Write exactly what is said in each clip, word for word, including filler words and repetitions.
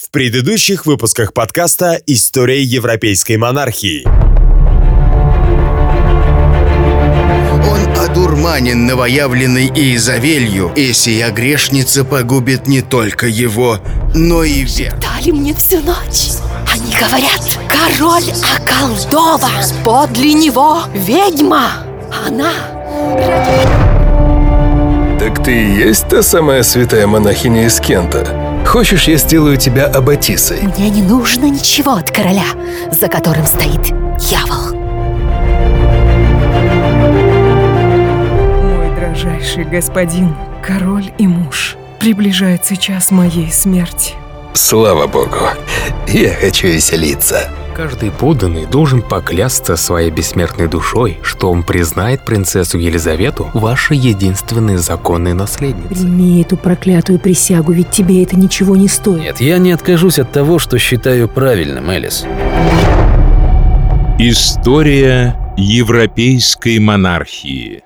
В предыдущих выпусках подкаста «История европейской монархии». Он одурманен новоявленной Иезавелью, и сия грешница погубит не только его, но и век. Дали мне всю ночь. Они говорят, король околдован, подле него ведьма. Она... Так ты и есть та самая святая монахиня из Кента? Хочешь, я сделаю тебя аббатисой? Мне не нужно ничего от короля, за которым стоит дьявол. Мой дрожайший господин, король и муж, приближается час моей смерти. Слава богу, я хочу веселиться. Каждый подданный должен поклясться своей бессмертной душой, что он признает принцессу Елизавету вашей единственной законной наследницей. Прими эту проклятую присягу, ведь тебе это ничего не стоит. Нет, я не откажусь от того, что считаю правильным, Элис. История европейской монархии.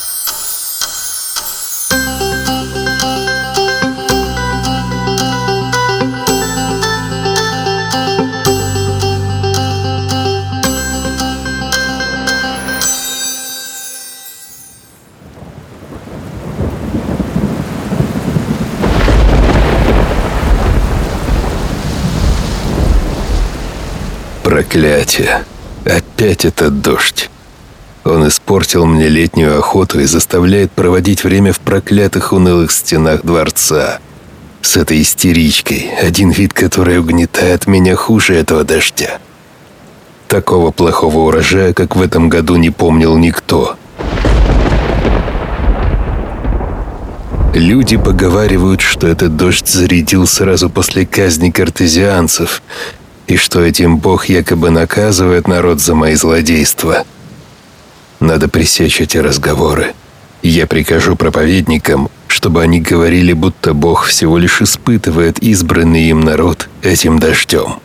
Проклятие. Опять этот дождь. Он испортил мне летнюю охоту и заставляет проводить время в проклятых унылых стенах дворца. С этой истеричкой, один вид которой угнетает меня хуже этого дождя. Такого плохого урожая, как в этом году, не помнил никто. Люди поговаривают, что этот дождь зарядил сразу после казни картезианцев, и что этим Бог якобы наказывает народ за мои злодейства. Надо пресечь эти разговоры. Я прикажу проповедникам, чтобы они говорили, будто Бог всего лишь испытывает избранный им народ этим дождем.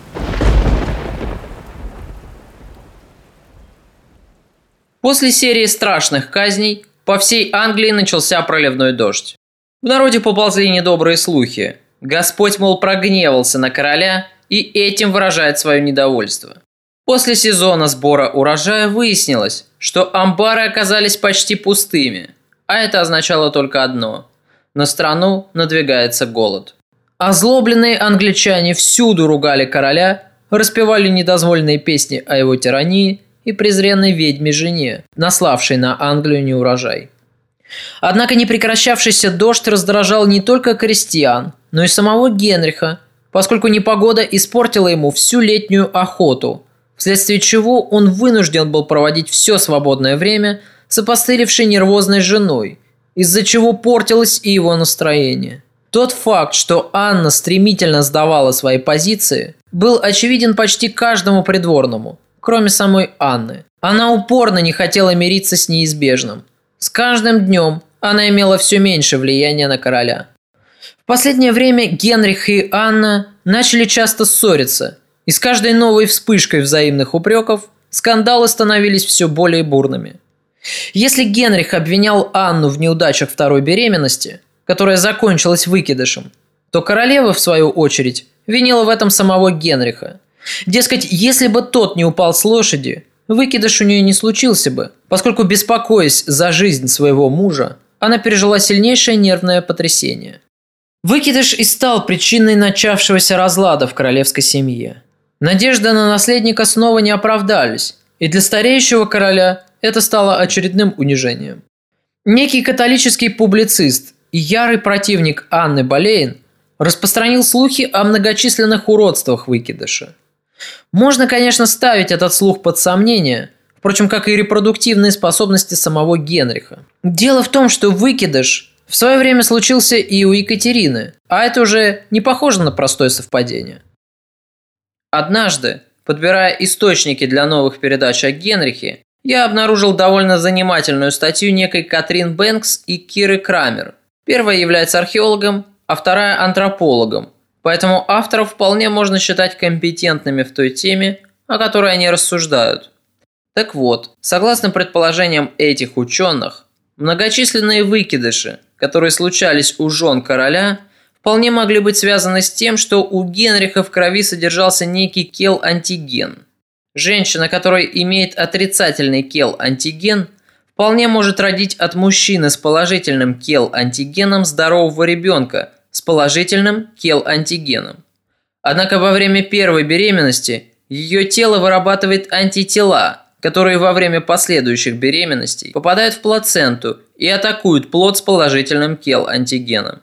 После серии страшных казней по всей Англии начался проливной дождь. В народе поползли недобрые слухи. Господь, мол, прогневался на короля и этим выражает свое недовольство. После сезона сбора урожая выяснилось, что амбары оказались почти пустыми, а это означало только одно – на страну надвигается голод. Озлобленные англичане всюду ругали короля, распевали недозволенные песни о его тирании и презренной ведьме жене, наславшей на Англию неурожай. Однако непрекращавшийся дождь раздражал не только крестьян, но и самого Генриха, поскольку непогода испортила ему всю летнюю охоту, вследствие чего он вынужден был проводить все свободное время с опостылевшей нервозной женой, из-за чего портилось и его настроение. Тот факт, что Анна стремительно сдавала свои позиции, был очевиден почти каждому придворному, кроме самой Анны. Она упорно не хотела мириться с неизбежным. С каждым днем она имела все меньше влияния на короля. В последнее время Генрих и Анна начали часто ссориться, и с каждой новой вспышкой взаимных упреков скандалы становились все более бурными. Если Генрих обвинял Анну в неудачах второй беременности, которая закончилась выкидышем, то королева, в свою очередь, винила в этом самого Генриха. Дескать, если бы тот не упал с лошади, выкидыш у нее не случился бы, поскольку, беспокоясь за жизнь своего мужа, она пережила сильнейшее нервное потрясение. Выкидыш и стал причиной начавшегося разлада в королевской семье. Надежды на наследника снова не оправдались, и для стареющего короля это стало очередным унижением. Некий католический публицист и ярый противник Анны Болейн распространил слухи о многочисленных уродствах выкидыша. Можно, конечно, ставить этот слух под сомнение, впрочем, как и репродуктивные способности самого Генриха. Дело в том, что выкидыш в свое время случился и у Екатерины, а это уже не похоже на простое совпадение. Однажды, подбирая источники для новых передач о Генрихе, я обнаружил довольно занимательную статью некой Катрин Бэнкс и Киры Крамер. Первая является археологом, а вторая – антропологом, поэтому авторов вполне можно считать компетентными в той теме, о которой они рассуждают. Так вот, согласно предположениям этих ученых, многочисленные выкидыши, которые случались у жен короля, вполне могли быть связаны с тем, что у Генриха в крови содержался некий кел-антиген. Женщина, которая имеет отрицательный кел-антиген, вполне может родить от мужчины с положительным кел-антигеном здорового ребенка с положительным кел-антигеном. Однако во время первой беременности ее тело вырабатывает антитела, которые во время последующих беременностей попадают в плаценту и атакуют плод с положительным кел-антигеном.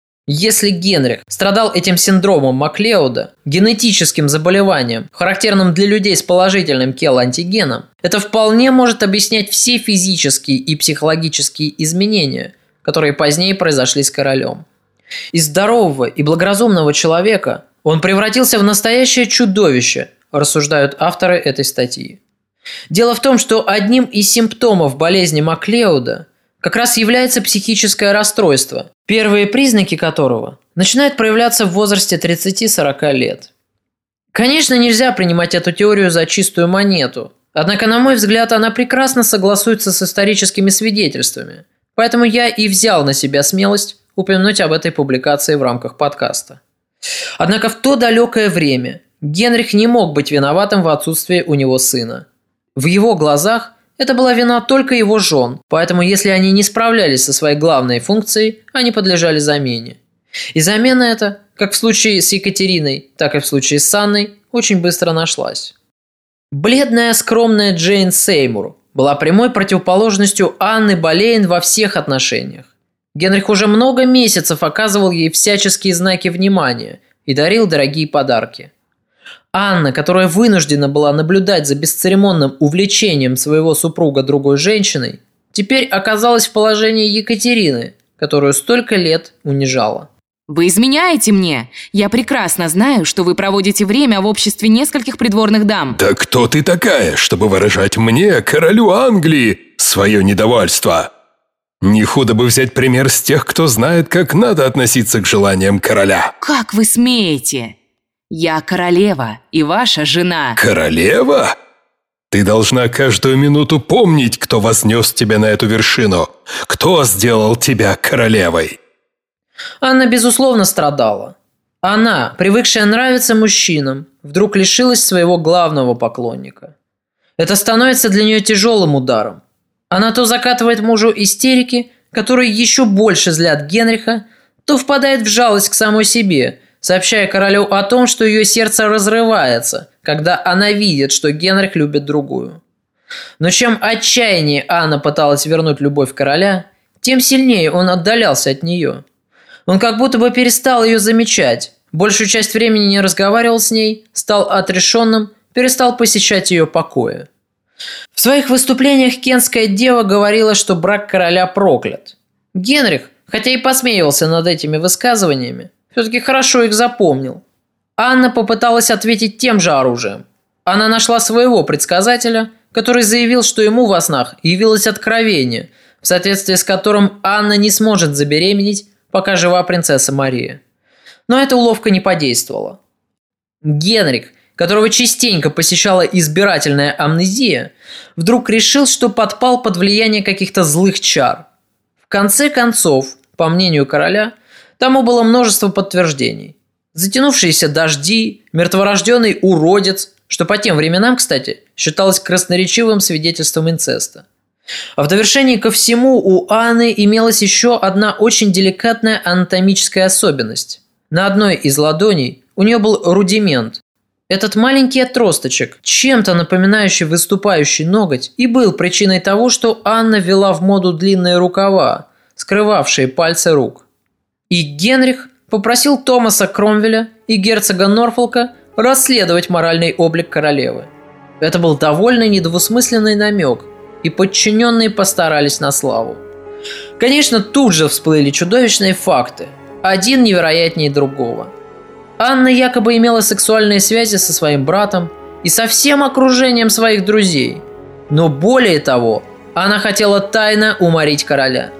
Если Генрих страдал этим синдромом Маклеода, генетическим заболеванием, характерным для людей с положительным кел-антигеном, это вполне может объяснять все физические и психологические изменения, которые позднее произошли с королем. Из здорового и благоразумного человека он превратился в настоящее чудовище, рассуждают авторы этой статьи. Дело в том, что одним из симптомов болезни Маклеода как раз является психическое расстройство, первые признаки которого начинают проявляться в возрасте тридцати-сорока лет. Конечно, нельзя принимать эту теорию за чистую монету, однако, на мой взгляд, она прекрасно согласуется с историческими свидетельствами, поэтому я и взял на себя смелость упомянуть об этой публикации в рамках подкаста. Однако в то далекое время Генрих не мог быть виноватым в отсутствии у него сына. В его глазах это была вина только его жен, поэтому если они не справлялись со своей главной функцией, они подлежали замене. И замена эта, как в случае с Екатериной, так и в случае с Анной, очень быстро нашлась. Бледная, скромная Джейн Сеймур была прямой противоположностью Анны Болейн во всех отношениях. Генрих уже много месяцев оказывал ей всяческие знаки внимания и дарил дорогие подарки. Анна, которая вынуждена была наблюдать за бесцеремонным увлечением своего супруга другой женщиной, теперь оказалась в положении Екатерины, которую столько лет унижала. Вы изменяете мне. Я прекрасно знаю, что вы проводите время в обществе нескольких придворных дам. Да кто ты такая, чтобы выражать мне, королю Англии, свое недовольство? Не худо бы взять пример с тех, кто знает, как надо относиться к желаниям короля. Как вы смеете? Я королева и ваша жена. Королева? Ты должна каждую минуту помнить, кто вознес тебя на эту вершину. Кто сделал тебя королевой? Анна, безусловно, страдала. Она, привыкшая нравиться мужчинам, вдруг лишилась своего главного поклонника. Это становится для нее тяжелым ударом. Она то закатывает мужу истерики, которые еще больше злят Генриха, то впадает в жалость к самой себе, сообщая королю о том, что ее сердце разрывается, когда она видит, что Генрих любит другую. Но чем отчаяннее Анна пыталась вернуть любовь короля, тем сильнее он отдалялся от нее. Он как будто бы перестал ее замечать, большую часть времени не разговаривал с ней, стал отрешенным, перестал посещать ее покои. В своих выступлениях Кентская дева говорила, что брак короля проклят. Генрих, хотя и посмеивался над этими высказываниями, все-таки хорошо их запомнил. Анна попыталась ответить тем же оружием. Она нашла своего предсказателя, который заявил, что ему во снах явилось откровение, в соответствии с которым Анна не сможет забеременеть, пока жива принцесса Мария. Но эта уловка не подействовала. Генрих, которого частенько посещала избирательная амнезия, вдруг решил, что подпал под влияние каких-то злых чар. В конце концов, по мнению короля, тому было множество подтверждений. Затянувшиеся дожди, мертворожденный уродец, что по тем временам, кстати, считалось красноречивым свидетельством инцеста. А в довершении ко всему у Анны имелась еще одна очень деликатная анатомическая особенность. На одной из ладоней у нее был рудимент. Этот маленький отросточек, чем-то напоминающий выступающий ноготь, и был причиной того, что Анна ввела в моду длинные рукава, скрывавшие пальцы рук. И Генрих попросил Томаса Кромвеля и герцога Норфолка расследовать моральный облик королевы. Это был довольно недвусмысленный намек, и подчиненные постарались на славу. Конечно, тут же всплыли чудовищные факты, один невероятнее другого. Анна якобы имела сексуальные связи со своим братом и со всем окружением своих друзей. Но более того, она хотела тайно уморить короля.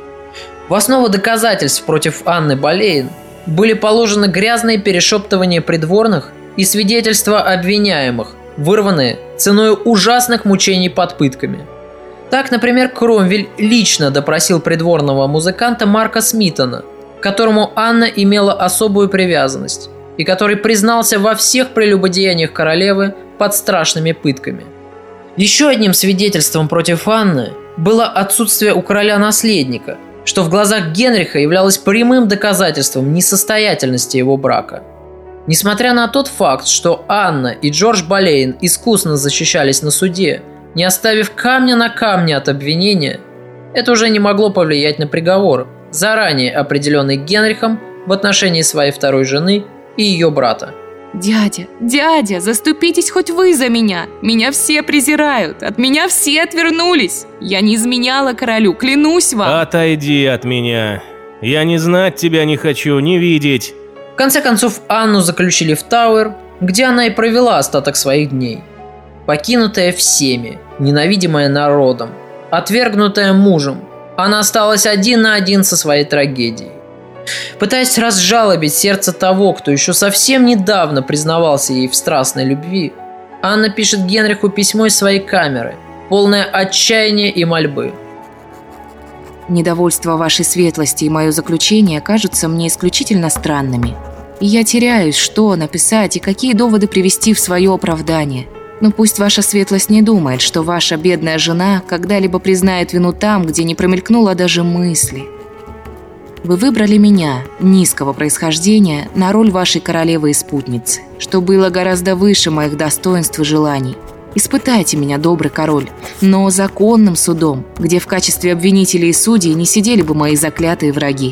В основу доказательств против Анны Болейн были положены грязные перешептывания придворных и свидетельства обвиняемых, вырванные ценой ужасных мучений под пытками. Так, например, Кромвель лично допросил придворного музыканта Марка Смитона, к которому Анна имела особую привязанность и который признался во всех прелюбодеяниях королевы под страшными пытками. Еще одним свидетельством против Анны было отсутствие у короля наследника, что в глазах Генриха являлось прямым доказательством несостоятельности его брака. Несмотря на тот факт, что Анна и Джордж Болейн искусно защищались на суде, не оставив камня на камне от обвинения, это уже не могло повлиять на приговор, заранее определенный Генрихом в отношении своей второй жены и ее брата. Дядя, дядя, заступитесь хоть вы за меня. Меня все презирают, от меня все отвернулись. Я не изменяла королю, клянусь вам. Отойди от меня. Я не знать тебя не хочу, не видеть. В конце концов, Анну заключили в Тауэр, где она и провела остаток своих дней. Покинутая всеми, ненавидимая народом, отвергнутая мужем, она осталась один на один со своей трагедией. Пытаясь разжалобить сердце того, кто еще совсем недавно признавался ей в страстной любви, Анна пишет Генриху письмо из своей камеры, полное отчаяния и мольбы. Недовольство вашей светлости и мое заключение кажутся мне исключительно странными. И я теряюсь, что написать и какие доводы привести в свое оправдание. Но пусть ваша светлость не думает, что ваша бедная жена когда-либо признает вину там, где не промелькнула даже мысли. Вы выбрали меня, низкого происхождения, на роль вашей королевы и спутницы, что было гораздо выше моих достоинств и желаний. Испытайте меня, добрый король, но законным судом, где в качестве обвинителей и судей не сидели бы мои заклятые враги.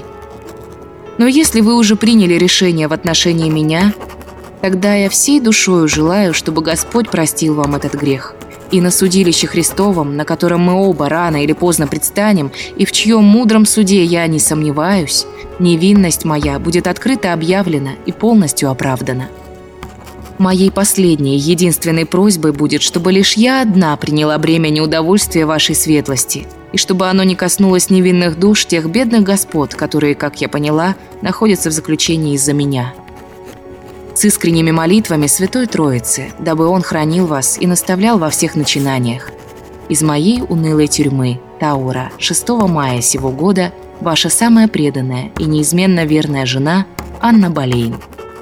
Но если вы уже приняли решение в отношении меня, тогда я всей душою желаю, чтобы Господь простил вам этот грех. И на судилище Христовом, на котором мы оба рано или поздно предстанем, и в чьем мудром суде я не сомневаюсь, невинность моя будет открыто объявлена и полностью оправдана. Моей последней, единственной просьбой будет, чтобы лишь я одна приняла бремя неудовольствия вашей светлости, и чтобы оно не коснулось невинных душ тех бедных господ, которые, как я поняла, находятся в заключении из-за меня. С искренними молитвами Святой Троицы, дабы Он хранил вас и наставлял во всех начинаниях. Из моей унылой тюрьмы, Тауэра, шестого мая сего года, ваша самая преданная и неизменно верная жена Анна Болейн.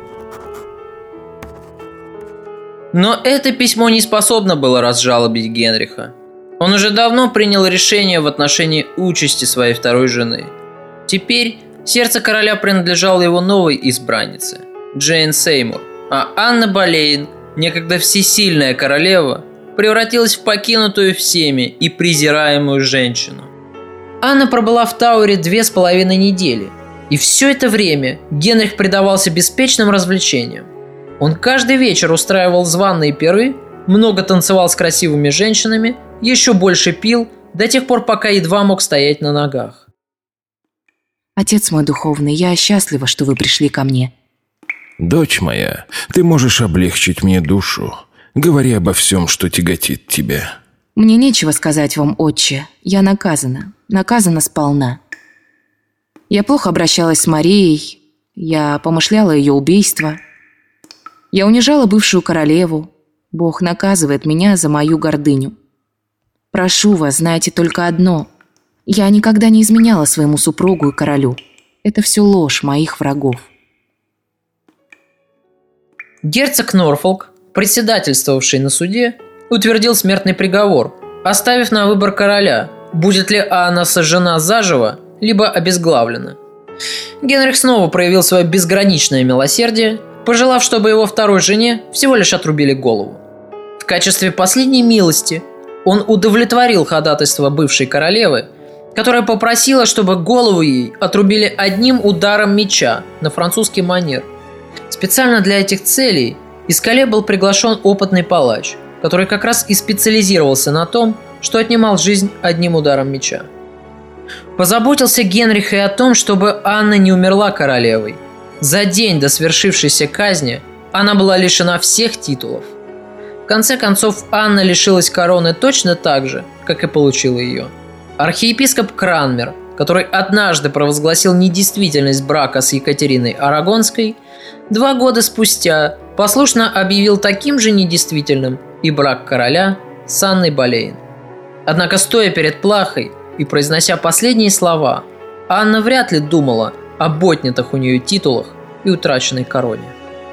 Но это письмо не способно было разжалобить Генриха. Он уже давно принял решение в отношении участи своей второй жены. Теперь сердце короля принадлежало его новой избраннице – Джейн Сеймур, а Анна Болейн, некогда всесильная королева, превратилась в покинутую всеми и презираемую женщину. Анна пробыла в Тауэре две с половиной недели, и все это время Генрих предавался беспечным развлечениям. Он каждый вечер устраивал званые пиры, много танцевал с красивыми женщинами, еще больше пил, до тех пор, пока едва мог стоять на ногах. Отец мой духовный, я счастлива, что вы пришли ко мне. Дочь моя, ты можешь облегчить мне душу. Говори обо всем, что тяготит тебя. Мне нечего сказать вам, отче. Я наказана. Наказана сполна. Я плохо обращалась с Марией. Я помышляла ее убийство. Я унижала бывшую королеву. Бог наказывает меня за мою гордыню. Прошу вас, знайте только одно. Я никогда не изменяла своему супругу и королю. Это все ложь моих врагов. Герцог Норфолк, председательствовавший на суде, утвердил смертный приговор, оставив на выбор короля, будет ли Анна сожжена заживо, либо обезглавлена. Генрих снова проявил свое безграничное милосердие, пожелав, чтобы его второй жене всего лишь отрубили голову. В качестве последней милости он удовлетворил ходатайство бывшей королевы, которая попросила, чтобы голову ей отрубили одним ударом меча на французский манер. Специально для этих целей из Кале был приглашен опытный палач, который как раз и специализировался на том, что отнимал жизнь одним ударом меча. Позаботился Генрих и о том, чтобы Анна не умерла королевой. За день до свершившейся казни она была лишена всех титулов. В конце концов, Анна лишилась короны точно так же, как и получила ее. Архиепископ Кранмер, который однажды провозгласил недействительность брака с Екатериной Арагонской, два года спустя послушно объявил таким же недействительным и брак короля с Анной Болейн. Однако, стоя перед плахой и произнося последние слова, Анна вряд ли думала, об отнятых у нее титулах и утраченной короне.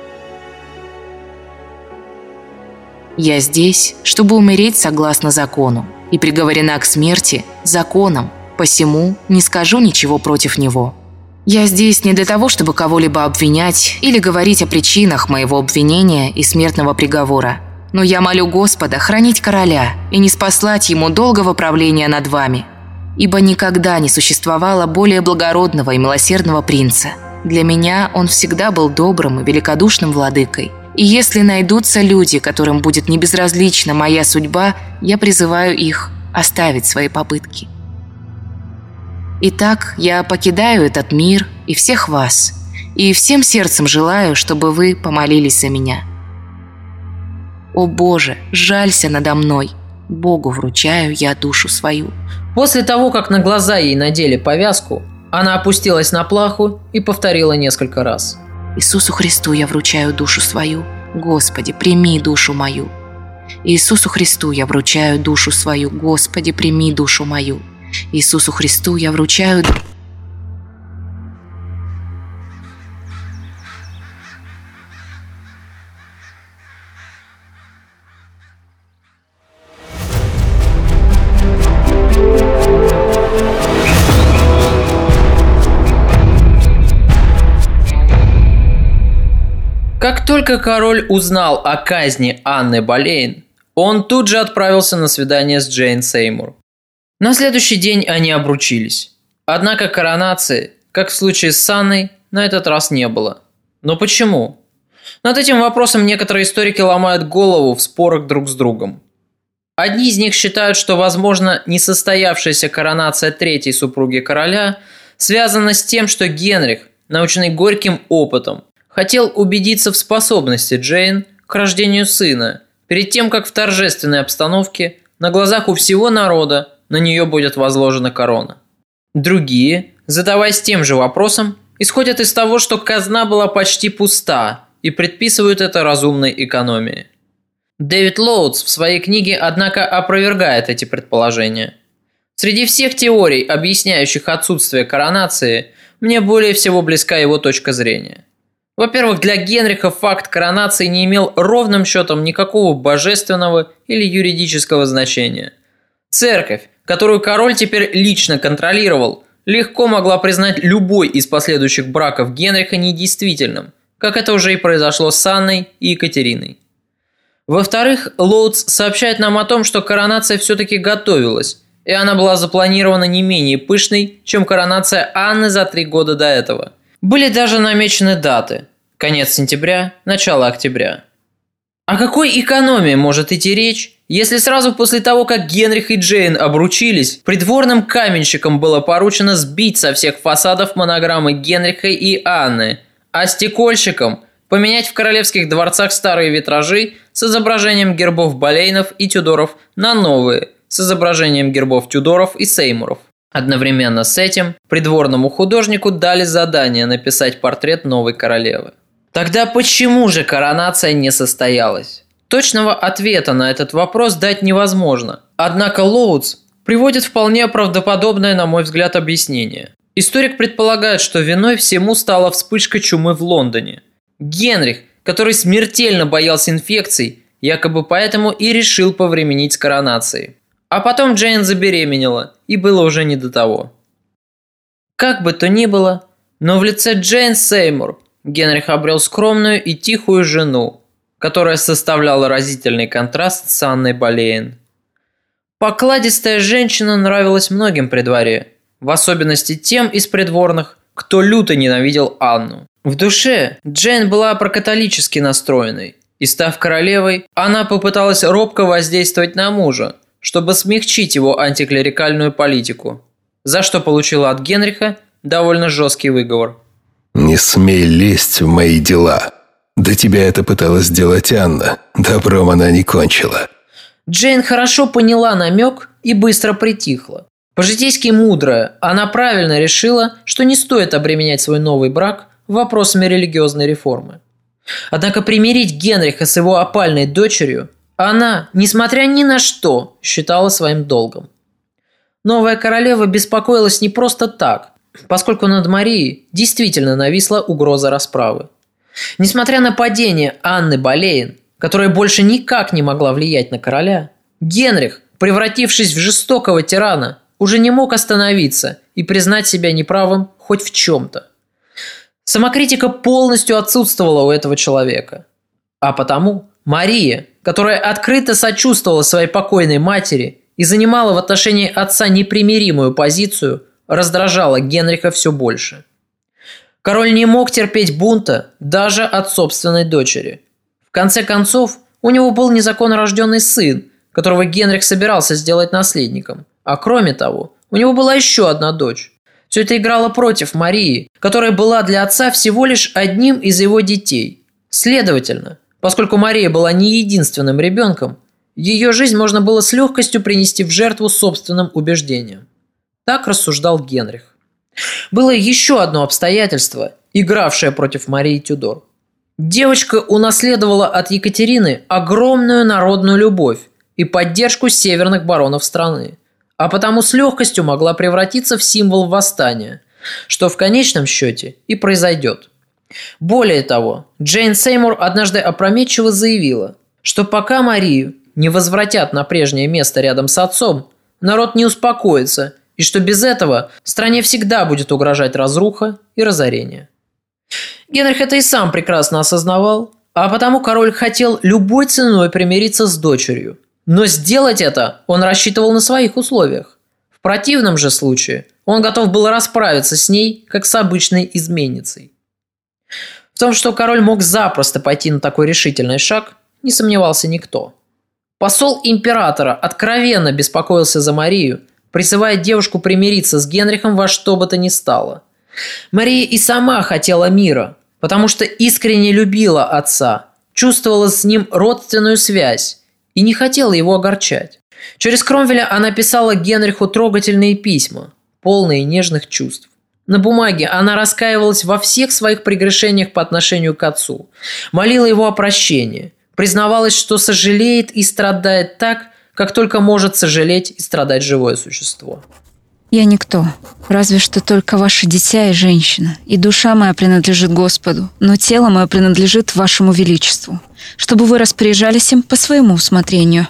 «Я здесь, чтобы умереть согласно закону, и приговорена к смерти законом, посему не скажу ничего против него. Я здесь не для того, чтобы кого-либо обвинять или говорить о причинах моего обвинения и смертного приговора, но я молю Господа хранить короля и не спаслать ему долгого правления над вами, ибо никогда не существовало более благородного и милосердного принца. Для меня он всегда был добрым и великодушным владыкой. И если найдутся люди, которым будет небезразлична моя судьба, я призываю их оставить свои попытки. Итак, я покидаю этот мир и всех вас, и всем сердцем желаю, чтобы вы помолились за меня. О Боже, жалься надо мной, Богу вручаю я душу свою». После того, как на глаза ей надели повязку, она опустилась на плаху и повторила несколько раз: «Иисусу Христу я вручаю душу свою, Господи, прими душу мою. Иисусу Христу я вручаю душу свою, Господи, прими душу мою. Иисусу Христу я вручаю...» Как только король узнал о казни Анны Болейн, он тут же отправился на свидание с Джейн Сеймур. На следующий день они обручились. Однако коронации, как в случае с Анной, на этот раз не было. Но почему? Над этим вопросом некоторые историки ломают голову в спорах друг с другом. Одни из них считают, что, возможно, несостоявшаяся коронация третьей супруги короля связана с тем, что Генрих, наученный горьким опытом, хотел убедиться в способности Джейн к рождению сына, перед тем, как в торжественной обстановке на глазах у всего народа на нее будет возложена корона. Другие, задаваясь тем же вопросом, исходят из того, что казна была почти пуста и предписывают это разумной экономии. Дэвид Лоудс в своей книге, однако, опровергает эти предположения. Среди всех теорий, объясняющих отсутствие коронации, мне более всего близка его точка зрения. Во-первых, для Генриха факт коронации не имел ровным счетом никакого божественного или юридического значения. Церковь, которую король теперь лично контролировал, легко могла признать любой из последующих браков Генриха недействительным, как это уже и произошло с Анной и Екатериной. Во-вторых, Лоудс сообщает нам о том, что коронация все-таки готовилась, и она была запланирована не менее пышной, чем коронация Анны за три года до этого. Были даже намечены даты – конец сентября, начало октября. О какой экономии может идти речь, если сразу после того, как Генрих и Джейн обручились, придворным каменщикам было поручено сбить со всех фасадов монограммы Генриха и Анны, а стекольщикам поменять в королевских дворцах старые витражи с изображением гербов Болейнов и Тюдоров на новые с изображением гербов Тюдоров и Сеймуров. Одновременно с этим придворному художнику дали задание написать портрет новой королевы. Тогда почему же коронация не состоялась? Точного ответа на этот вопрос дать невозможно. Однако Лоудс приводит вполне правдоподобное, на мой взгляд, объяснение. Историк предполагает, что виной всему стала вспышка чумы в Лондоне. Генрих, который смертельно боялся инфекций, якобы поэтому и решил повременить с коронацией. А потом Джейн забеременела, и было уже не до того. Как бы то ни было, но в лице Джейн Сеймур Генрих обрел скромную и тихую жену, которая составляла разительный контраст с Анной Болейн. Покладистая женщина нравилась многим при дворе, в особенности тем из придворных, кто люто ненавидел Анну. В душе Джейн была прокатолически настроенной, и, став королевой, она попыталась робко воздействовать на мужа, чтобы смягчить его антиклерикальную политику, за что получила от Генриха довольно жесткий выговор. «Не смей лезть в мои дела. До тебя это пыталась сделать Анна. Добром она не кончила». Джейн хорошо поняла намек и быстро притихла. По-житейски мудрая, она правильно решила, что не стоит обременять свой новый брак вопросами религиозной реформы. Однако примирить Генриха с его опальной дочерью она, несмотря ни на что, считала своим долгом. Новая королева беспокоилась не просто так. поскольку над Марией действительно нависла угроза расправы. Несмотря на падение Анны Болейн, которая больше никак не могла влиять на короля, Генрих, превратившись в жестокого тирана, уже не мог остановиться и признать себя неправым хоть в чем-то. Самокритика полностью отсутствовала у этого человека. А потому Мария, которая открыто сочувствовала своей покойной матери и занимала в отношении отца непримиримую позицию, раздражала Генриха все больше. Король не мог терпеть бунта даже от собственной дочери. В конце концов, у него был незаконно рожденный сын, которого Генрих собирался сделать наследником. А кроме того, у него была еще одна дочь. Все это играло против Марии, которая была для отца всего лишь одним из его детей. Следовательно, поскольку Мария была не единственным ребенком, ее жизнь можно было с легкостью принести в жертву собственным убеждениям. Так рассуждал Генрих. Было еще одно обстоятельство, игравшее против Марии Тюдор. Девочка унаследовала от Екатерины огромную народную любовь и поддержку северных баронов страны, а потому с легкостью могла превратиться в символ восстания, что в конечном счете и произойдет. Более того, Джейн Сеймур однажды опрометчиво заявила, что пока Марию не возвратят на прежнее место рядом с отцом, народ не успокоится, и что без этого стране всегда будет угрожать разруха и разорение. Генрих это и сам прекрасно осознавал, а потому король хотел любой ценой примириться с дочерью. Но сделать это он рассчитывал на своих условиях. В противном же случае он готов был расправиться с ней, как с обычной изменницей. В том, что король мог запросто пойти на такой решительный шаг, не сомневался никто. Посол императора откровенно беспокоился за Марию, призывая девушку примириться с Генрихом во что бы то ни стало. Мария и сама хотела мира, потому что искренне любила отца, чувствовала с ним родственную связь и не хотела его огорчать. Через Кромвеля она писала Генриху трогательные письма, полные нежных чувств. На бумаге она раскаивалась во всех своих прегрешениях по отношению к отцу, молила его о прощении, признавалась, что сожалеет и страдает так, как только может сожалеть и страдать живое существо. Я никто, разве что только ваше дитя и женщина, и душа моя принадлежит Господу, но тело мое принадлежит вашему величеству, чтобы вы распоряжались им по своему усмотрению».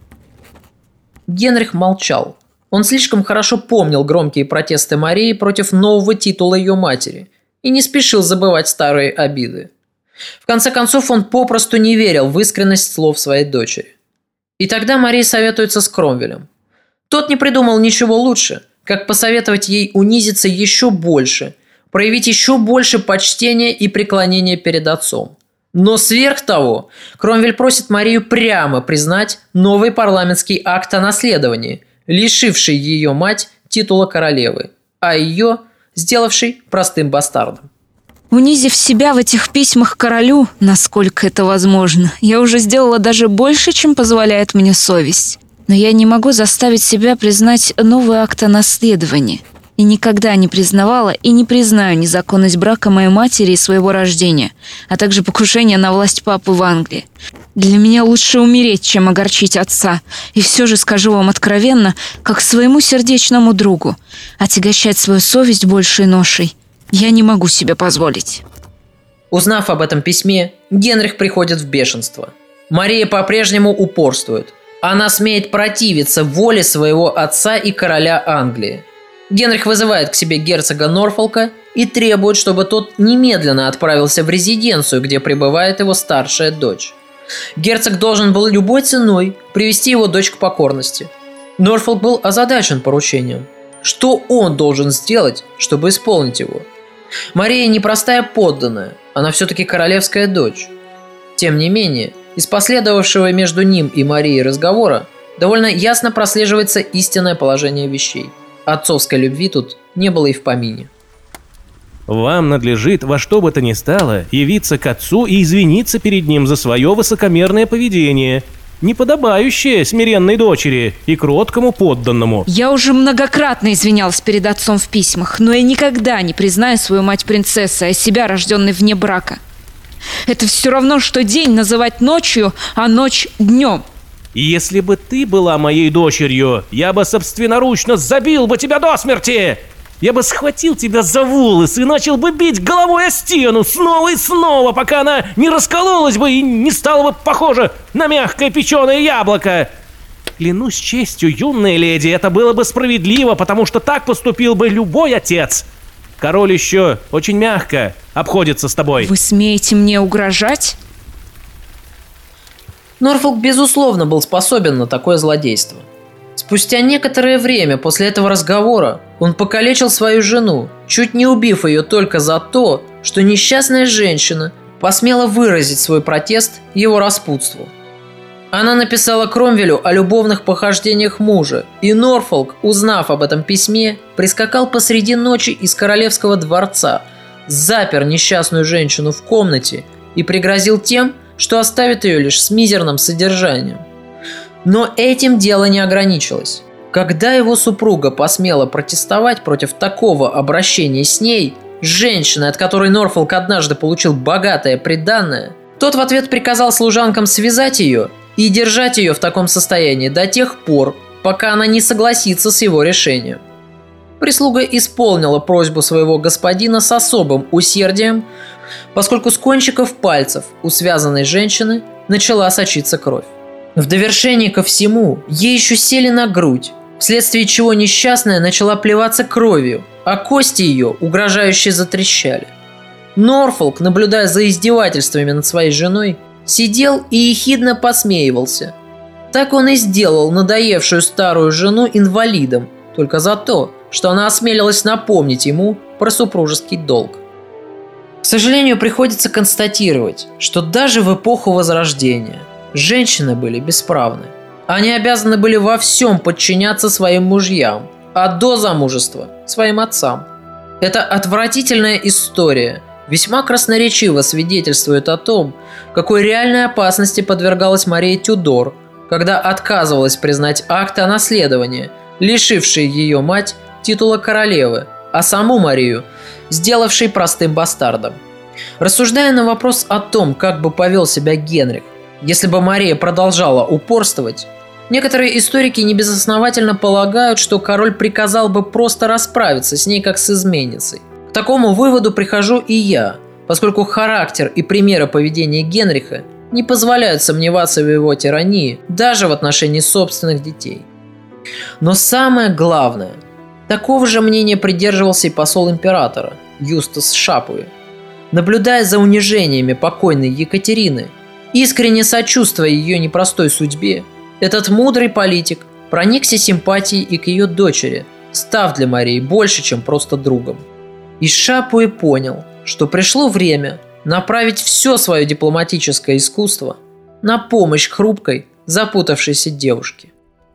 Генрих молчал. Он слишком хорошо помнил громкие протесты Марии против нового титула ее матери и не спешил забывать старые обиды. В конце концов, он попросту не верил в искренность слов своей дочери. И тогда Мария советуется с Кромвелем. Тот не придумал ничего лучше, как посоветовать ей унизиться еще больше, проявить еще больше почтения и преклонения перед отцом. Но сверх того, Кромвель просит Марию прямо признать новый парламентский акт о наследовании, лишивший ее мать титула королевы, а ее сделавший простым бастардом. Унизив себя в этих письмах королю, насколько это возможно, я уже сделала даже больше, чем позволяет мне совесть. Но я не могу заставить себя признать новый акт о наследовании. И никогда не признавала и не признаю незаконность брака моей матери и своего рождения, а также покушения на власть папы в Англии. Для меня лучше умереть, чем огорчить отца. И все же скажу вам откровенно, как своему сердечному другу, отягощать свою совесть большей ношей я не могу себе позволить. Узнав об этом письме, Генрих приходит в бешенство. Мария по-прежнему упорствует. Она смеет противиться воле своего отца и короля Англии. Генрих вызывает к себе герцога Норфолка и требует, чтобы тот немедленно отправился в резиденцию, где пребывает его старшая дочь. Герцог должен был любой ценой привести его дочь к покорности. Норфолк был озадачен поручением. Что он должен сделать, чтобы исполнить его? Мария не простая подданная, она все-таки королевская дочь. Тем не менее, из последовавшего между ним и Марией разговора довольно ясно прослеживается истинное положение вещей. Отцовской любви тут не было и в помине. Вам надлежит во что бы то ни стало явиться к отцу и извиниться перед ним за свое высокомерное поведение, неподобающее смиренной дочери и кроткому подданному. Я уже многократно извинялась перед отцом в письмах, но я никогда не признаю свою мать принцессой, а себя рожденной вне брака. Это все равно, что день называть ночью, а ночь днем. И если бы ты была моей дочерью, я бы собственноручно забил бы тебя до смерти. Я бы схватил тебя за волосы и начал бы бить головой о стену снова и снова, пока она не раскололась бы и не стала бы похожа на мягкое печеное яблоко. Клянусь честью, юная леди, это было бы справедливо, потому что так поступил бы любой отец. Король еще очень мягко обходится с тобой. Вы смеете мне угрожать? Норфолк, безусловно, был способен на такое злодейство. Спустя некоторое время после этого разговора он покалечил свою жену, чуть не убив ее только за то, что несчастная женщина посмела выразить свой протест его распутству. Она написала Кромвелю о любовных похождениях мужа, и Норфолк, узнав об этом письме, прискакал посреди ночи из королевского дворца, запер несчастную женщину в комнате и пригрозил тем, что оставит ее лишь с мизерным содержанием. Но этим дело не ограничилось. Когда его супруга посмела протестовать против такого обращения с ней, женщиной, от которой Норфолк однажды получил богатое приданое, тот в ответ приказал служанкам связать ее и держать ее в таком состоянии до тех пор, пока она не согласится с его решением. Прислуга исполнила просьбу своего господина с особым усердием, поскольку с кончиков пальцев у связанной женщины начала сочиться кровь. В довершение ко всему, ей еще сели на грудь, вследствие чего несчастная начала плеваться кровью, а кости ее угрожающе затрещали. Норфолк, наблюдая за издевательствами над своей женой, сидел и ехидно посмеивался. Так он и сделал надоевшую старую жену инвалидом, только за то, что она осмелилась напомнить ему про супружеский долг. К сожалению, приходится констатировать, что даже в эпоху Возрождения женщины были бесправны. Они обязаны были во всем подчиняться своим мужьям, а до замужества – своим отцам. Эта отвратительная история весьма красноречиво свидетельствует о том, какой реальной опасности подвергалась Мария Тюдор, когда отказывалась признать акт о наследовании, лишивший ее мать титула королевы, а саму Марию сделавший простым бастардом. Рассуждая на вопрос о том, как бы повел себя Генрих, если бы Мария продолжала упорствовать, некоторые историки небезосновательно полагают, что король приказал бы просто расправиться с ней как с изменницей. К такому выводу прихожу и я, поскольку характер и примеры поведения Генриха не позволяют сомневаться в его тирании даже в отношении собственных детей. Но самое главное, такого же мнения придерживался и посол императора Юстас Шапуи. Наблюдая за унижениями покойной Екатерины, искренне сочувствуя ее непростой судьбе, этот мудрый политик проникся симпатией и к ее дочери, став для Марии больше, чем просто другом. И Шапуи понял, что пришло время направить все свое дипломатическое искусство на помощь хрупкой, запутавшейся девушке.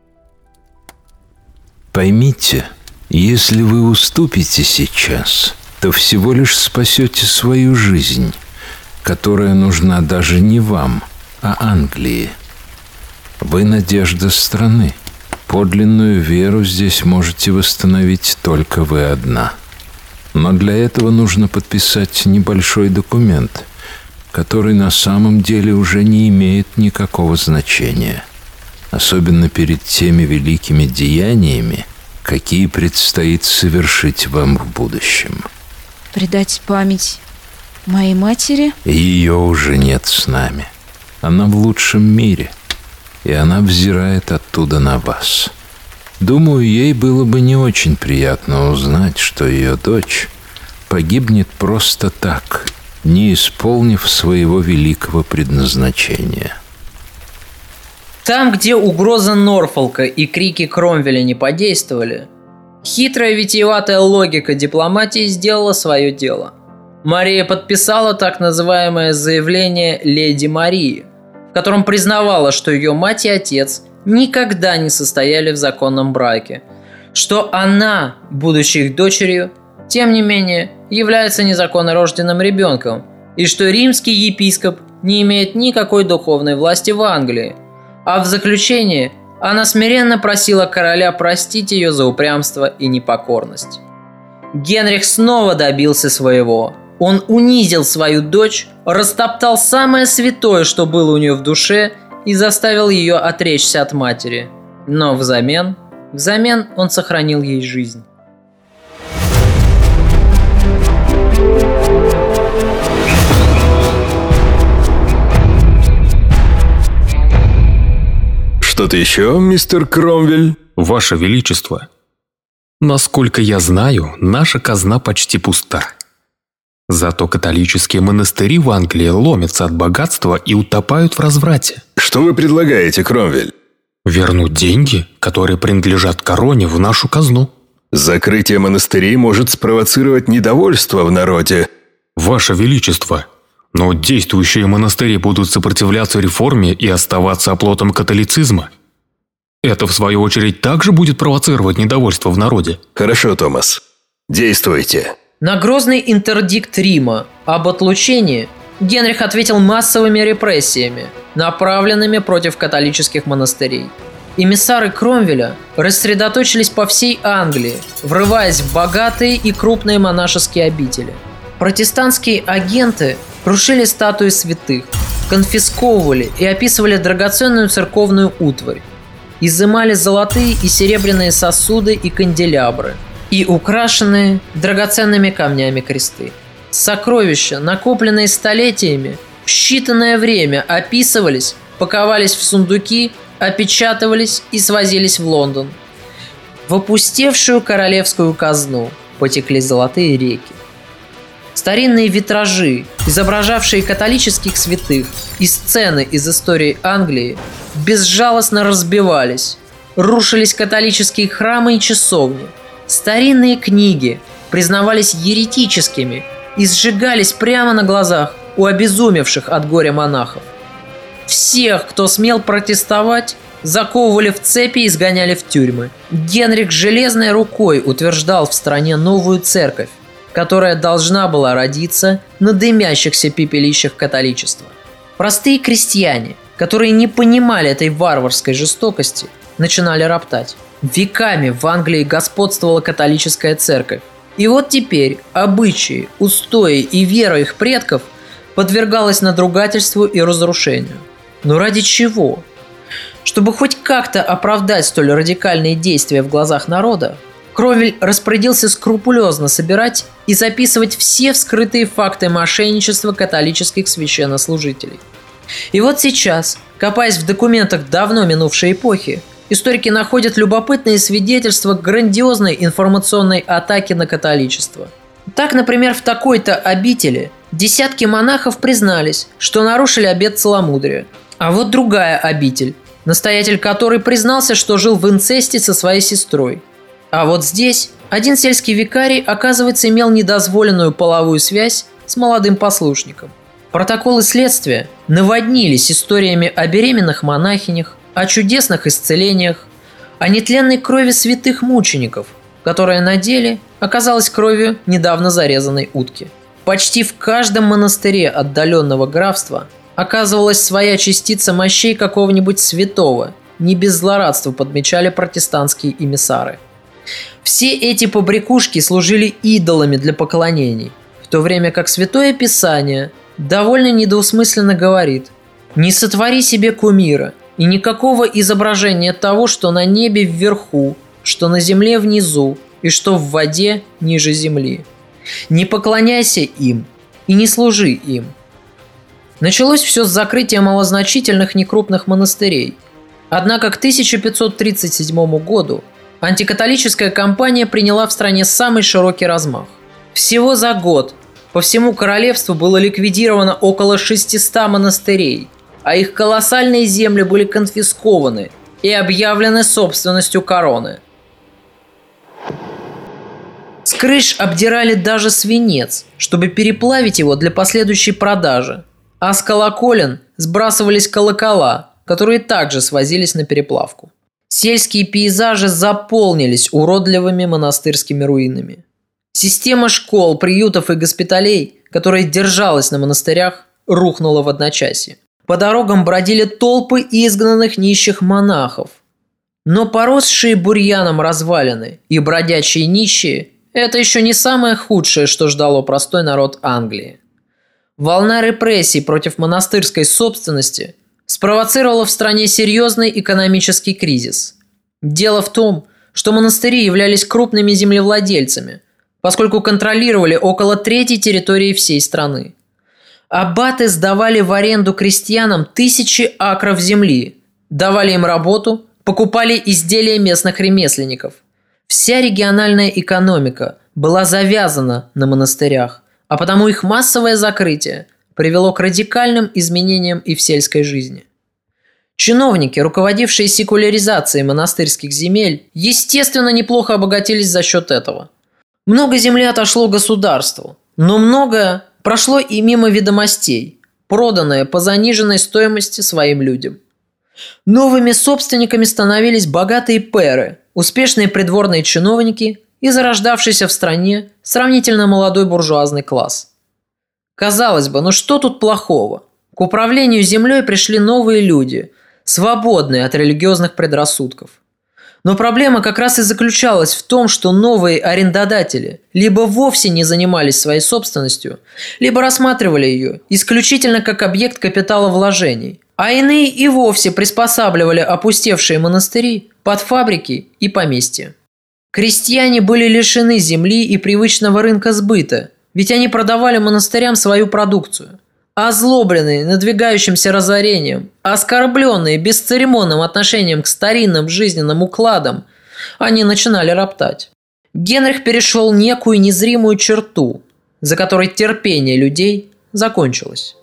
Поймите, если вы уступите сейчас, то всего лишь спасете свою жизнь, которая нужна даже не вам, а Англии. Вы надежда страны. Подлинную веру здесь можете восстановить только вы одна. Но для этого нужно подписать небольшой документ, который на самом деле уже не имеет никакого значения, особенно перед теми великими деяниями, какие предстоит совершить вам в будущем. Предать память моей матери? Ее уже нет с нами. Она в лучшем мире, и она взирает оттуда на вас. Думаю, ей было бы не очень приятно узнать, что ее дочь погибнет просто так, не исполнив своего великого предназначения. Там, где угроза Норфолка и крики Кромвеля не подействовали, хитрая витиеватая логика дипломатии сделала свое дело. Мария подписала так называемое заявление «Леди Марии», в котором признавала, что ее мать и отец никогда не состояли в законном браке, что она, будучи их дочерью, тем не менее, является незаконно рожденным ребенком, и что римский епископ не имеет никакой духовной власти в Англии. А в заключение она смиренно просила короля простить ее за упрямство и непокорность. Генрих снова добился своего. Он унизил свою дочь, растоптал самое святое, что было у нее в душе, и заставил ее отречься от матери. Но взамен, взамен он сохранил ей жизнь. Что-то еще, мистер Кромвель? Ваше Величество, насколько я знаю, наша казна почти пуста. Зато католические монастыри в Англии ломятся от богатства и утопают в разврате. Что вы предлагаете, Кромвель? Вернуть деньги, которые принадлежат короне, в нашу казну. Закрытие монастырей может спровоцировать недовольство в народе. Ваше Величество, но действующие монастыри будут сопротивляться реформе и оставаться оплотом католицизма. Это, в свою очередь, также будет провоцировать недовольство в народе. Хорошо, Томас. Действуйте. На грозный интердикт Рима об отлучении Генрих ответил массовыми репрессиями, направленными против католических монастырей. Эмиссары Кромвеля рассредоточились по всей Англии, врываясь в богатые и крупные монашеские обители. Протестантские агенты крушили статуи святых, конфисковывали и описывали драгоценную церковную утварь, изымали золотые и серебряные сосуды и канделябры и украшенные драгоценными камнями кресты. Сокровища, накопленные столетиями, в считанное время описывались, паковались в сундуки, опечатывались и свозились в Лондон. В опустевшую королевскую казну потекли золотые реки. Старинные витражи, изображавшие католических святых, и сцены из истории Англии безжалостно разбивались, рушились католические храмы и часовни. Старинные книги признавались еретическими и сжигались прямо на глазах у обезумевших от горя монахов. Всех, кто смел протестовать, заковывали в цепи и сгоняли в тюрьмы. Генрих железной рукой утверждал в стране новую церковь, которая должна была родиться на дымящихся пепелищах католичества. Простые крестьяне, которые не понимали этой варварской жестокости, начинали роптать. Веками в Англии господствовала католическая церковь. И вот теперь обычаи, устои и вера их предков подвергалась надругательству и разрушению. Но ради чего? Чтобы хоть как-то оправдать столь радикальные действия в глазах народа, Кромвель распорядился скрупулезно собирать и записывать все вскрытые факты мошенничества католических священнослужителей. И вот сейчас, копаясь в документах давно минувшей эпохи, историки находят любопытные свидетельства грандиозной информационной атаки на католичество. Так, например, в такой-то обители десятки монахов признались, что нарушили обет целомудрия. А вот другая обитель, настоятель которой признался, что жил в инцесте со своей сестрой. А вот здесь один сельский викарий, оказывается, имел недозволенную половую связь с молодым послушником. Протоколы следствия наводнились историями о беременных монахинях, о чудесных исцелениях, о нетленной крови святых мучеников, которая на деле оказалась кровью недавно зарезанной утки. Почти в каждом монастыре отдаленного графства оказывалась своя частица мощей какого-нибудь святого, не без злорадства подмечали протестантские эмиссары. Все эти побрякушки служили идолами для поклонений, в то время как Святое Писание довольно недвусмысленно говорит: «Не сотвори себе кумира и никакого изображения того, что на небе вверху, что на земле внизу и что в воде ниже земли. Не поклоняйся им и не служи им». Началось все с закрытия малозначительных некрупных монастырей. Однако к тысяча пятьсот тридцать седьмому году антикатолическая кампания приняла в стране самый широкий размах. Всего за год по всему королевству было ликвидировано около шестисот монастырей, а их колоссальные земли были конфискованы и объявлены собственностью короны. С крыш обдирали даже свинец, чтобы переплавить его для последующей продажи, а с колоколен сбрасывались колокола, которые также свозились на переплавку. Сельские пейзажи заполнились уродливыми монастырскими руинами. Система школ, приютов и госпиталей, которая держалась на монастырях, рухнула в одночасье. По дорогам бродили толпы изгнанных нищих монахов. Но поросшие бурьяном развалины и бродячие нищие – это еще не самое худшее, что ждало простой народ Англии. Волна репрессий против монастырской собственности спровоцировала в стране серьезный экономический кризис. Дело в том, что монастыри являлись крупными землевладельцами, поскольку контролировали около трети территории всей страны. Аббаты сдавали в аренду крестьянам тысячи акров земли, давали им работу, покупали изделия местных ремесленников. Вся региональная экономика была завязана на монастырях, а потому их массовое закрытие привело к радикальным изменениям и в сельской жизни. Чиновники, руководившие секуляризацией монастырских земель, естественно, неплохо обогатились за счет этого. Много земли отошло государству, но многое прошло и мимо ведомостей, проданное по заниженной стоимости своим людям. Новыми собственниками становились богатые пэры, успешные придворные чиновники и зарождавшийся в стране сравнительно молодой буржуазный класс. Казалось бы, ну что тут плохого? К управлению землей пришли новые люди, свободные от религиозных предрассудков. Но проблема как раз и заключалась в том, что новые арендодатели либо вовсе не занимались своей собственностью, либо рассматривали ее исключительно как объект капиталовложений, а иные и вовсе приспосабливали опустевшие монастыри под фабрики и поместья. Крестьяне были лишены земли и привычного рынка сбыта, ведь они продавали монастырям свою продукцию. Озлобленные надвигающимся разорением, оскорбленные бесцеремонным отношением к старинным жизненным укладам, они начинали роптать. Генрих перешел некую незримую черту, за которой терпение людей закончилось.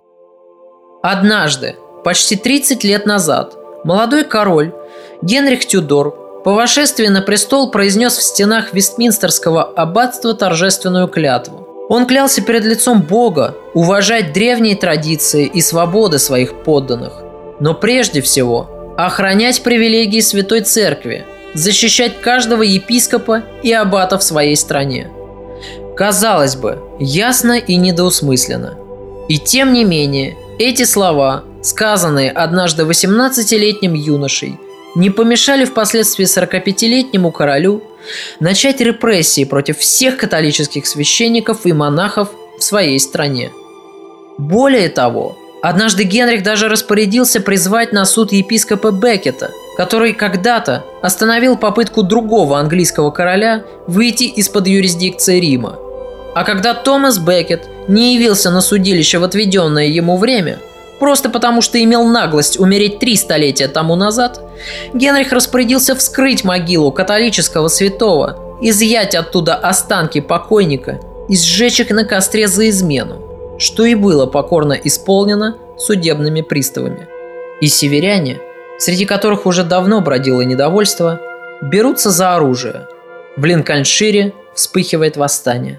Однажды, почти тридцать лет назад, молодой король Генрих Тюдор по восшествии на престол произнес в стенах Вестминстерского аббатства торжественную клятву. Он клялся перед лицом Бога уважать древние традиции и свободы своих подданных, но прежде всего охранять привилегии Святой Церкви, защищать каждого епископа и аббата в своей стране. Казалось бы, ясно и недвусмысленно. И тем не менее, эти слова, сказанные однажды восемнадцатилетним юношей, не помешали впоследствии сорокапятилетнему королю начать репрессии против всех католических священников и монахов в своей стране. Более того, однажды Генрих даже распорядился призвать на суд епископа Беккета, который когда-то остановил попытку другого английского короля выйти из-под юрисдикции Рима. А когда Томас Беккет не явился на судилище в отведенное ему время, просто потому что имел наглость умереть три столетия тому назад, Генрих распорядился вскрыть могилу католического святого, изъять оттуда останки покойника и сжечь их на костре за измену, что и было покорно исполнено судебными приставами. И северяне, среди которых уже давно бродило недовольство, берутся за оружие. В Линкольншире вспыхивает восстание.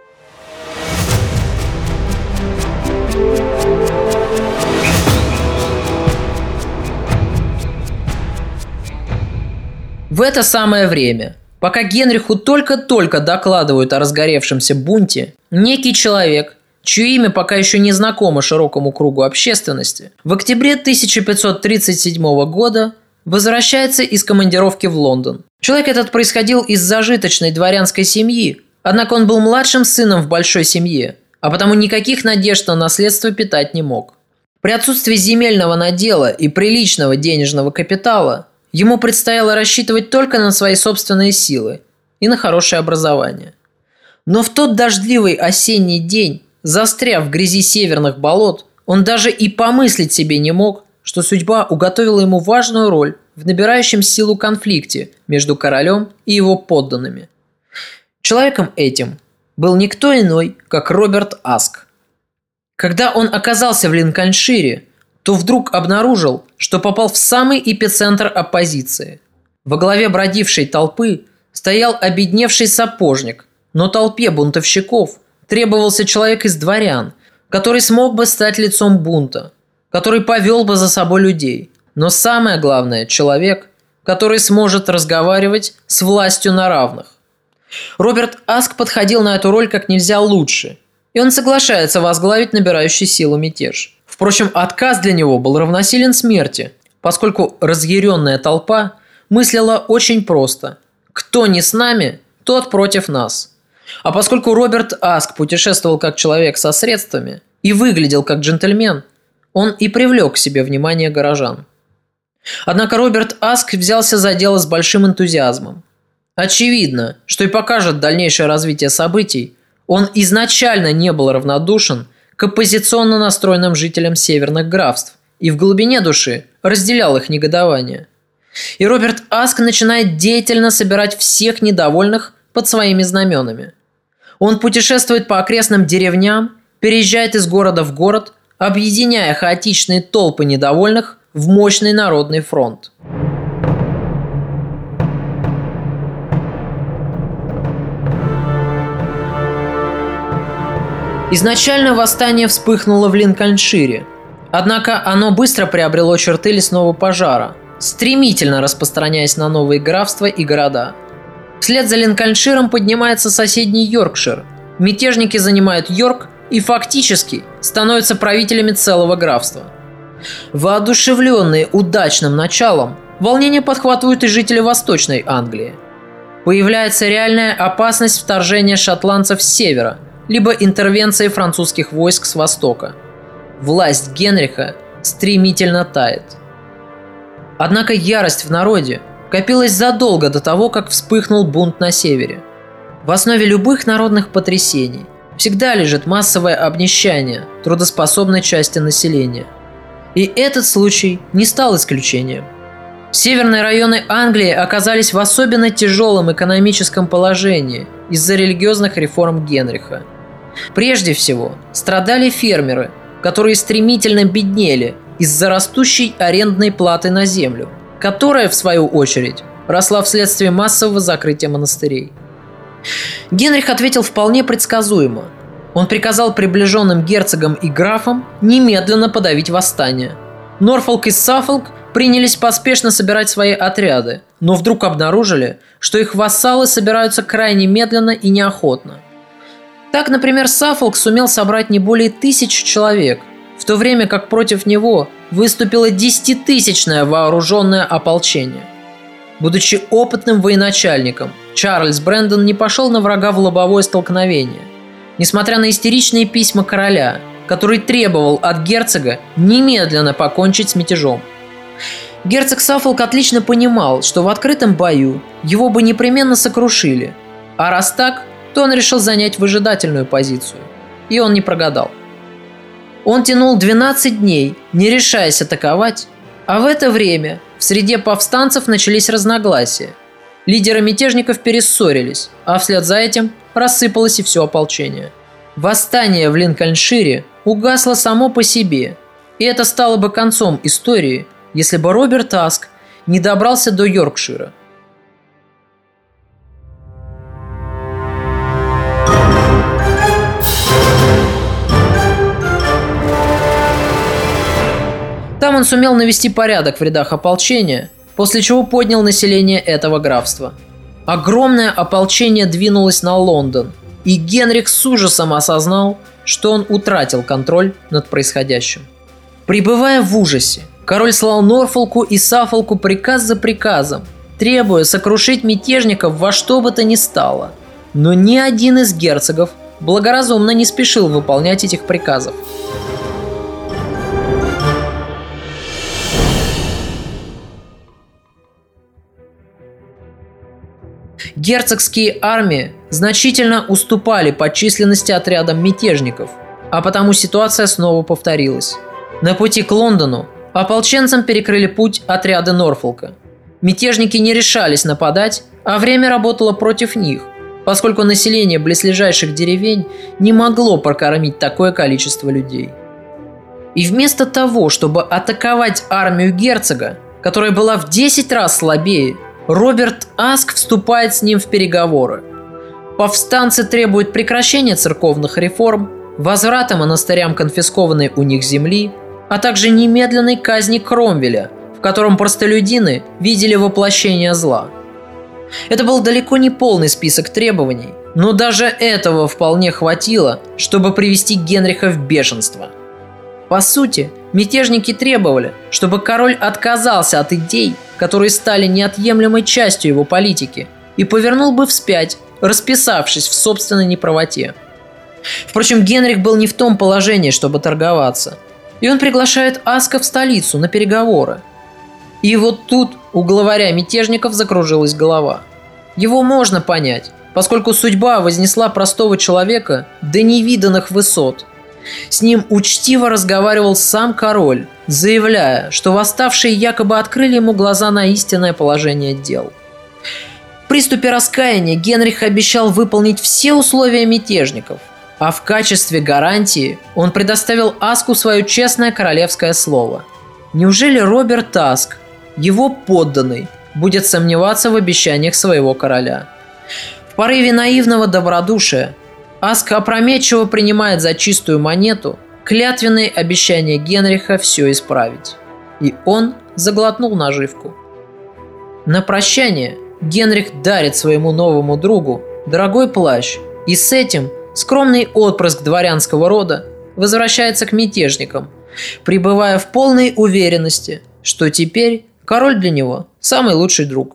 В это самое время, пока Генриху только-только докладывают о разгоревшемся бунте, некий человек, чье имя пока еще не знакомо широкому кругу общественности, в октябре тысяча пятьсот тридцать седьмого года возвращается из командировки в Лондон. Человек этот происходил из зажиточной дворянской семьи, однако он был младшим сыном в большой семье, а потому никаких надежд на наследство питать не мог. При отсутствии земельного надела и приличного денежного капитала ему предстояло рассчитывать только на свои собственные силы и на хорошее образование. Но в тот дождливый осенний день, застряв в грязи северных болот, он даже и помыслить себе не мог, что судьба уготовила ему важную роль в набирающем силу конфликте между королем и его подданными. Человеком этим был никто иной, как Роберт Аск. Когда он оказался в Линкольншире, то вдруг обнаружил, что попал в самый эпицентр оппозиции. Во главе бродившей толпы стоял обедневший сапожник, но толпе бунтовщиков требовался человек из дворян, который смог бы стать лицом бунта, который повел бы за собой людей, но самое главное – человек, который сможет разговаривать с властью на равных. Роберт Аск подходил на эту роль как нельзя лучше, и он соглашается возглавить набирающий силу мятеж. Впрочем, отказ для него был равносилен смерти, поскольку разъяренная толпа мыслила очень просто: кто не с нами, тот против нас. А поскольку Роберт Аск путешествовал как человек со средствами и выглядел как джентльмен, он и привлек к себе внимание горожан. Однако Роберт Аск взялся за дело с большим энтузиазмом. Очевидно, что и покажет дальнейшее развитие событий, он изначально не был равнодушен к оппозиционно настроенным жителям северных графств и в глубине души разделял их негодование. И Роберт Аск начинает деятельно собирать всех недовольных под своими знаменами. Он путешествует по окрестным деревням, переезжает из города в город, объединяя хаотичные толпы недовольных в мощный народный фронт. Изначально восстание вспыхнуло в Линкольншире, однако оно быстро приобрело черты лесного пожара, стремительно распространяясь на новые графства и города. Вслед за Линкольнширом поднимается соседний Йоркшир. Мятежники занимают Йорк и фактически становятся правителями целого графства. Воодушевленные удачным началом, волнение подхватывают и жители Восточной Англии. Появляется реальная опасность вторжения шотландцев с севера, либо интервенции французских войск с востока. Власть Генриха стремительно тает. Однако ярость в народе копилась задолго до того, как вспыхнул бунт на севере. В основе любых народных потрясений всегда лежит массовое обнищание трудоспособной части населения. И этот случай не стал исключением. Северные районы Англии оказались в особенно тяжелом экономическом положении из-за религиозных реформ Генриха. Прежде всего, страдали фермеры, которые стремительно беднели из-за растущей арендной платы на землю, которая, в свою очередь, росла вследствие массового закрытия монастырей. Генрих ответил вполне предсказуемо. Он приказал приближенным герцогам и графам немедленно подавить восстание. Норфолк и Саффолк принялись поспешно собирать свои отряды, но вдруг обнаружили, что их вассалы собираются крайне медленно и неохотно. Так, например, Саффолк сумел собрать не более тысячи человек, в то время как против него выступило десятитысячное вооруженное ополчение. Будучи опытным военачальником, Чарльз Брэндон не пошел на врага в лобовое столкновение, несмотря на истеричные письма короля, который требовал от герцога немедленно покончить с мятежом. Герцог Саффолк отлично понимал, что в открытом бою его бы непременно сокрушили, а раз так, то он решил занять выжидательную позицию. И он не прогадал. Он тянул двенадцать дней, не решаясь атаковать, а в это время в среде повстанцев начались разногласия. Лидеры мятежников перессорились, а вслед за этим рассыпалось и все ополчение. Восстание в Линкольншире угасло само по себе, и это стало бы концом истории, если бы Роберт Аск не добрался до Йоркшира. Там он сумел навести порядок в рядах ополчения, после чего поднял население этого графства. Огромное ополчение двинулось на Лондон, и Генрих с ужасом осознал, что он утратил контроль над происходящим. Пребывая в ужасе, король слал Норфолку и Саффолку приказ за приказом, требуя сокрушить мятежников во что бы то ни стало. Но ни один из герцогов благоразумно не спешил выполнять этих приказов. Герцогские армии значительно уступали по численности отрядам мятежников, а потому ситуация снова повторилась. На пути к Лондону ополченцам перекрыли путь отряды Норфолка. Мятежники не решались нападать, а время работало против них, поскольку население близлежащих деревень не могло прокормить такое количество людей. И вместо того, чтобы атаковать армию герцога, которая была в десять раз слабее, Роберт Аск вступает с ним в переговоры. Повстанцы требуют прекращения церковных реформ, возврата монастырям конфискованной у них земли, а также немедленной казни Кромвеля, в котором простолюдины видели воплощение зла. Это был далеко не полный список требований, но даже этого вполне хватило, чтобы привести Генриха в бешенство. По сути, мятежники требовали, чтобы король отказался от идей, которые стали неотъемлемой частью его политики, и повернул бы вспять, расписавшись в собственной неправоте. Впрочем, Генрих был не в том положении, чтобы торговаться, и он приглашает Аска в столицу на переговоры. И вот тут у главаря мятежников закружилась голова. Его можно понять, поскольку судьба вознесла простого человека до невиданных высот. С ним учтиво разговаривал сам король, заявляя, что восставшие якобы открыли ему глаза на истинное положение дел. В приступе раскаяния Генрих обещал выполнить все условия мятежников, а в качестве гарантии он предоставил Аску свое честное королевское слово. Неужели Роберт Аск, его подданный, будет сомневаться в обещаниях своего короля? В порыве наивного добродушия Аск опрометчиво принимает за чистую монету клятвенные обещания Генриха все исправить. И он заглотнул наживку. На прощание Генрих дарит своему новому другу дорогой плащ, и с этим скромный отпрыск дворянского рода возвращается к мятежникам, пребывая в полной уверенности, что теперь король для него самый лучший друг.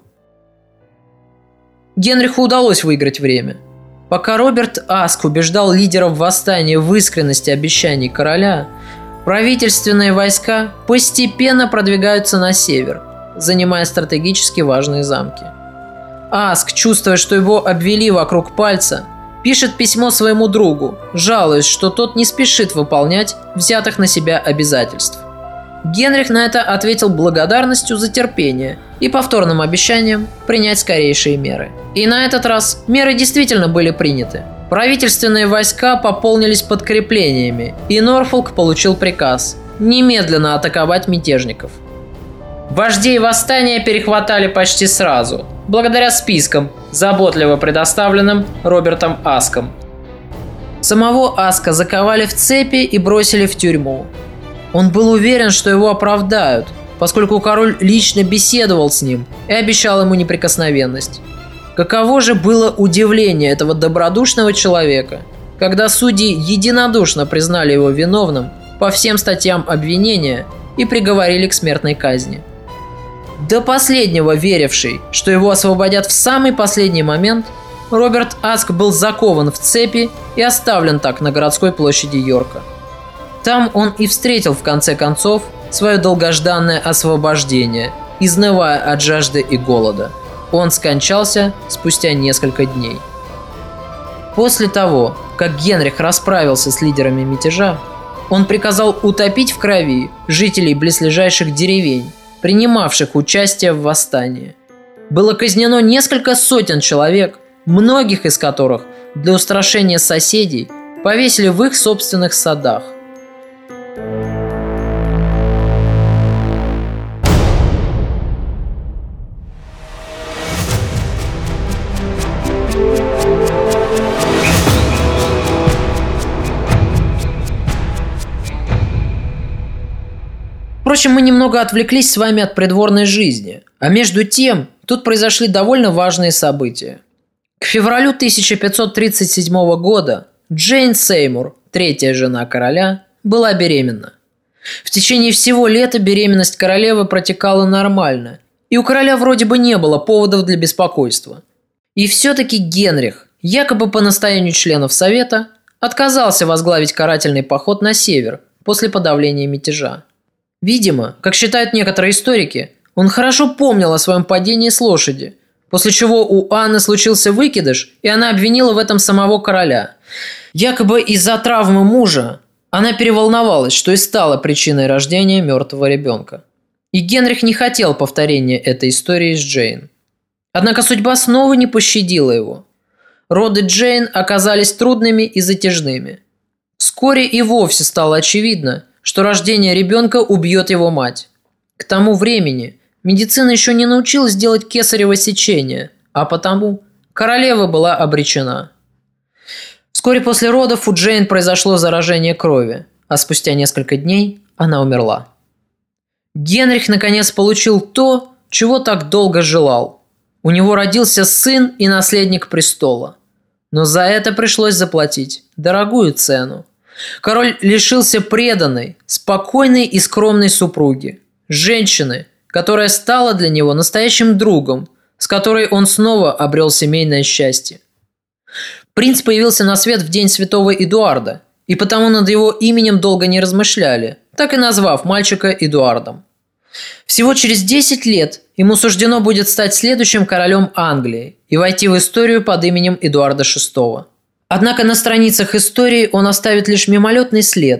Генриху удалось выиграть время. Пока Роберт Аск убеждал лидеров восстания в искренности обещаний короля, правительственные войска постепенно продвигаются на север, занимая стратегически важные замки. Аск, чувствуя, что его обвели вокруг пальца, пишет письмо своему другу, жалуясь, что тот не спешит выполнять взятых на себя обязательств. Генрих на это ответил благодарностью за терпение и повторным обещанием принять скорейшие меры. И на этот раз меры действительно были приняты. Правительственные войска пополнились подкреплениями, и Норфолк получил приказ немедленно атаковать мятежников. Вождей восстания перехватали почти сразу, благодаря спискам, заботливо предоставленным Робертом Аском. Самого Аска заковали в цепи и бросили в тюрьму. Он был уверен, что его оправдают, поскольку король лично беседовал с ним и обещал ему неприкосновенность. Каково же было удивление этого добродушного человека, когда судьи единодушно признали его виновным по всем статьям обвинения и приговорили к смертной казни. До последнего веривший, что его освободят в самый последний момент, Роберт Аск был закован в цепи и оставлен так на городской площади Йорка. Там он и встретил в конце концов свое долгожданное освобождение, изнывая от жажды и голода. Он скончался спустя несколько дней. После того, как Генрих расправился с лидерами мятежа, он приказал утопить в крови жителей близлежащих деревень, принимавших участие в восстании. Было казнено несколько сотен человек, многих из которых для устрашения соседей повесили в их собственных садах. Впрочем, мы немного отвлеклись с вами от придворной жизни, а между тем тут произошли довольно важные события. К февралю тысяча пятьсот тридцать седьмого года Джейн Сеймур, третья жена короля, была беременна. В течение всего лета беременность королевы протекала нормально, и у короля вроде бы не было поводов для беспокойства. И все-таки Генрих, якобы по настоянию членов Совета, отказался возглавить карательный поход на север после подавления мятежа. Видимо, как считают некоторые историки, он хорошо помнил о своем падении с лошади, после чего у Анны случился выкидыш, и она обвинила в этом самого короля. Якобы из-за травмы мужа она переволновалась, что и стало причиной рождения мертвого ребенка. И Генрих не хотел повторения этой истории с Джейн. Однако судьба снова не пощадила его. Роды Джейн оказались трудными и затяжными. Вскоре и вовсе стало очевидно, что рождение ребенка убьет его мать. К тому времени медицина еще не научилась делать кесарево сечение, а потому королева была обречена. Вскоре после родов у Джейн произошло заражение крови, а спустя несколько дней она умерла. Генрих наконец получил то, чего так долго желал. У него родился сын и наследник престола. Но за это пришлось заплатить дорогую цену. Король лишился преданной, спокойной и скромной супруги, женщины, которая стала для него настоящим другом, с которой он снова обрел семейное счастье. Принц появился на свет в день святого Эдуарда, и потому над его именем долго не размышляли, так и назвав мальчика Эдуардом. Всего через десять лет ему суждено будет стать следующим королем Англии и войти в историю под именем Эдуарда шестого. Однако на страницах истории он оставит лишь мимолетный след,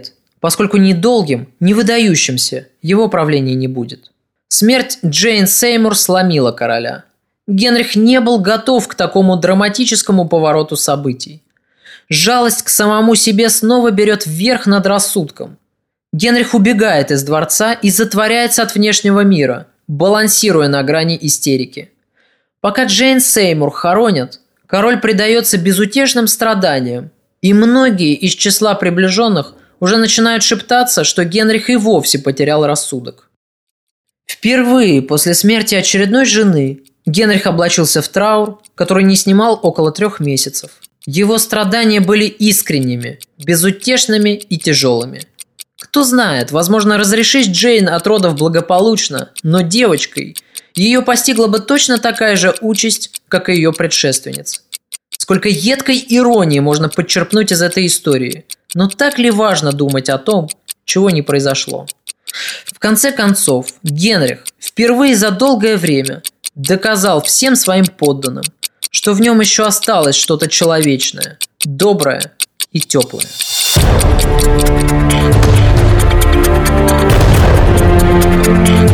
поскольку ни долгим, ни выдающимся его правление не будет. Смерть Джейн Сеймур сломила короля. Генрих не был готов к такому драматическому повороту событий. Жалость к самому себе снова берет верх над рассудком. Генрих убегает из дворца и затворяется от внешнего мира, балансируя на грани истерики. Пока Джейн Сеймур хоронят, король предается безутешным страданиям, и многие из числа приближенных уже начинают шептаться, что Генрих и вовсе потерял рассудок. Впервые после смерти очередной жены Генрих облачился в траур, который не снимал около трех месяцев. Его страдания были искренними, безутешными и тяжелыми. Кто знает, возможно, разрешись Джейн от родов благополучно, но девочкой ее постигла бы точно такая же участь, как и ее предшественниц. Сколько едкой иронии можно подчерпнуть из этой истории, но так ли важно думать о том, чего не произошло? В конце концов, Генрих впервые за долгое время доказал всем своим подданным, что в нем еще осталось что-то человечное, доброе и теплое. Thank you.